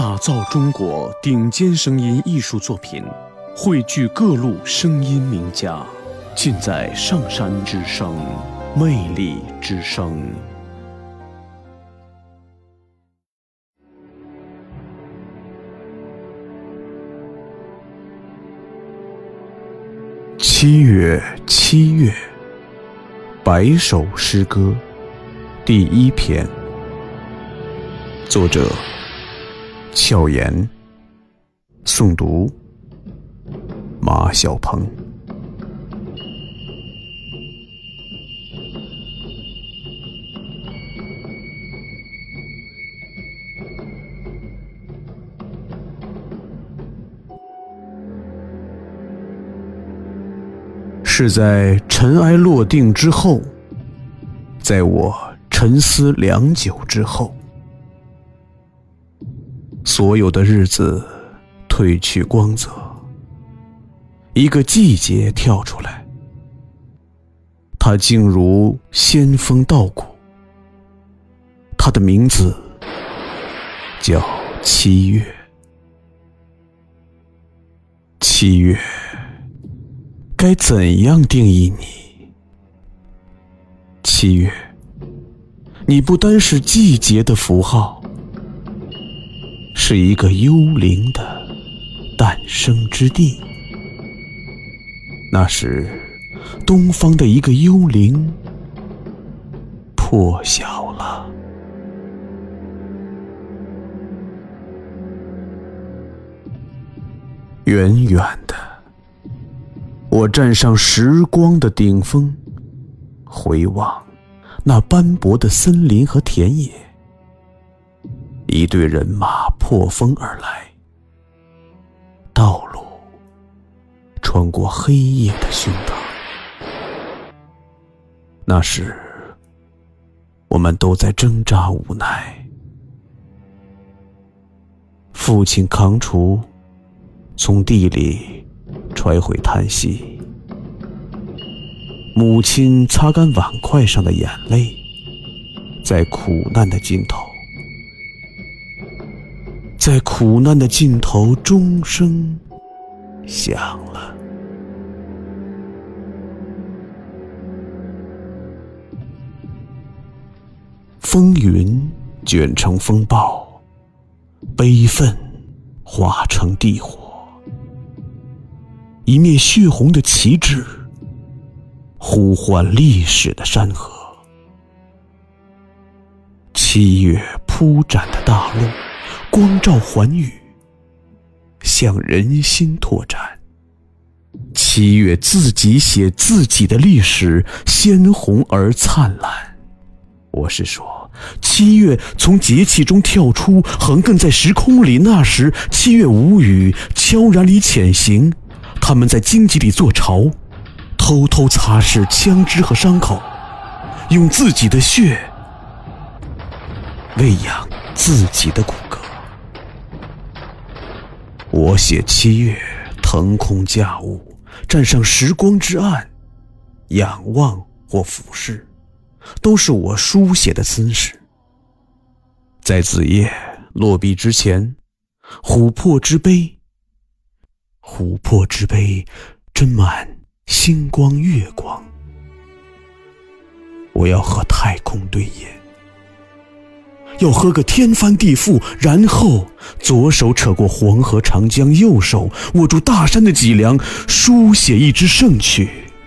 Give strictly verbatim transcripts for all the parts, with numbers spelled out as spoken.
打造中国顶尖声音艺术作品，汇聚各路声音名家，尽在上山之声，魅力之声。七月，七月，百首诗歌，第一篇，作者俏言，诵读马晓鹏。是在尘埃落定之后，在我沉思良久之后，所有的日子褪去光泽，一个季节跳出来，它竟如仙风道骨，它的名字叫七月。七月该怎样定义你？七月，你不单是季节的符号，是一个幽灵的诞生之地。那时，东方的一个幽灵破晓了。远远的，我站上时光的顶峰，回望那斑驳的森林和田野，一队人马破风而来，道路穿过黑夜的胸膛。那时，我们都在挣扎无奈。父亲扛锄，从地里揣回叹息，母亲擦干碗筷上的眼泪，在苦难的尽头，在苦难的尽头，钟声响了。风云卷成风暴，悲愤化成地火，一面血红的旗帜呼唤历史的山河。七月铺展的大陆，光照寰宇，向人心拓展。七月自己写自己的历史，鲜红而灿烂。我是说，七月从节气中跳出，横亘在时空里。那时，七月无语，悄然里潜行。他们在荆棘里做巢，偷偷擦拭枪支和伤口，用自己的血喂养自己的骨骼。我写七月，腾空驾雾，站上时光之岸，仰望或俯视，都是我书写的姿势。在子夜落笔之前，琥珀之杯，琥珀之杯斟满星光月光。我要和太空对饮，要喝个天翻地覆，然后左手扯过黄河长江，右手握住大山的脊梁，书写一支圣曲。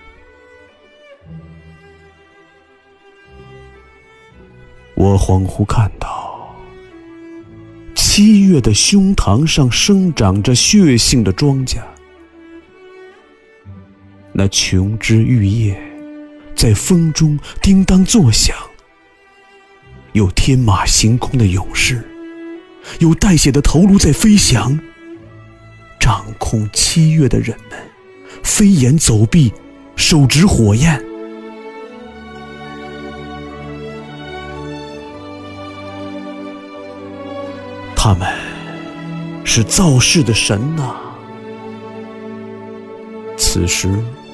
我恍惚看到，七月的胸膛上生长着血性的庄稼，那琼枝玉叶在风中叮当作响。有天马行空的勇士，有带血的头颅在飞翔。掌控七月的人们，飞檐走壁，手执火焰。他们是造世的神呐、啊！此时，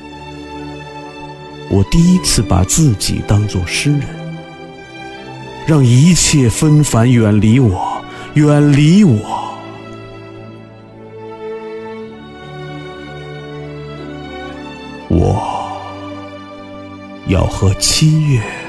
我第一次把自己当作诗人，让一切纷繁远离我，远离我。 我要和七月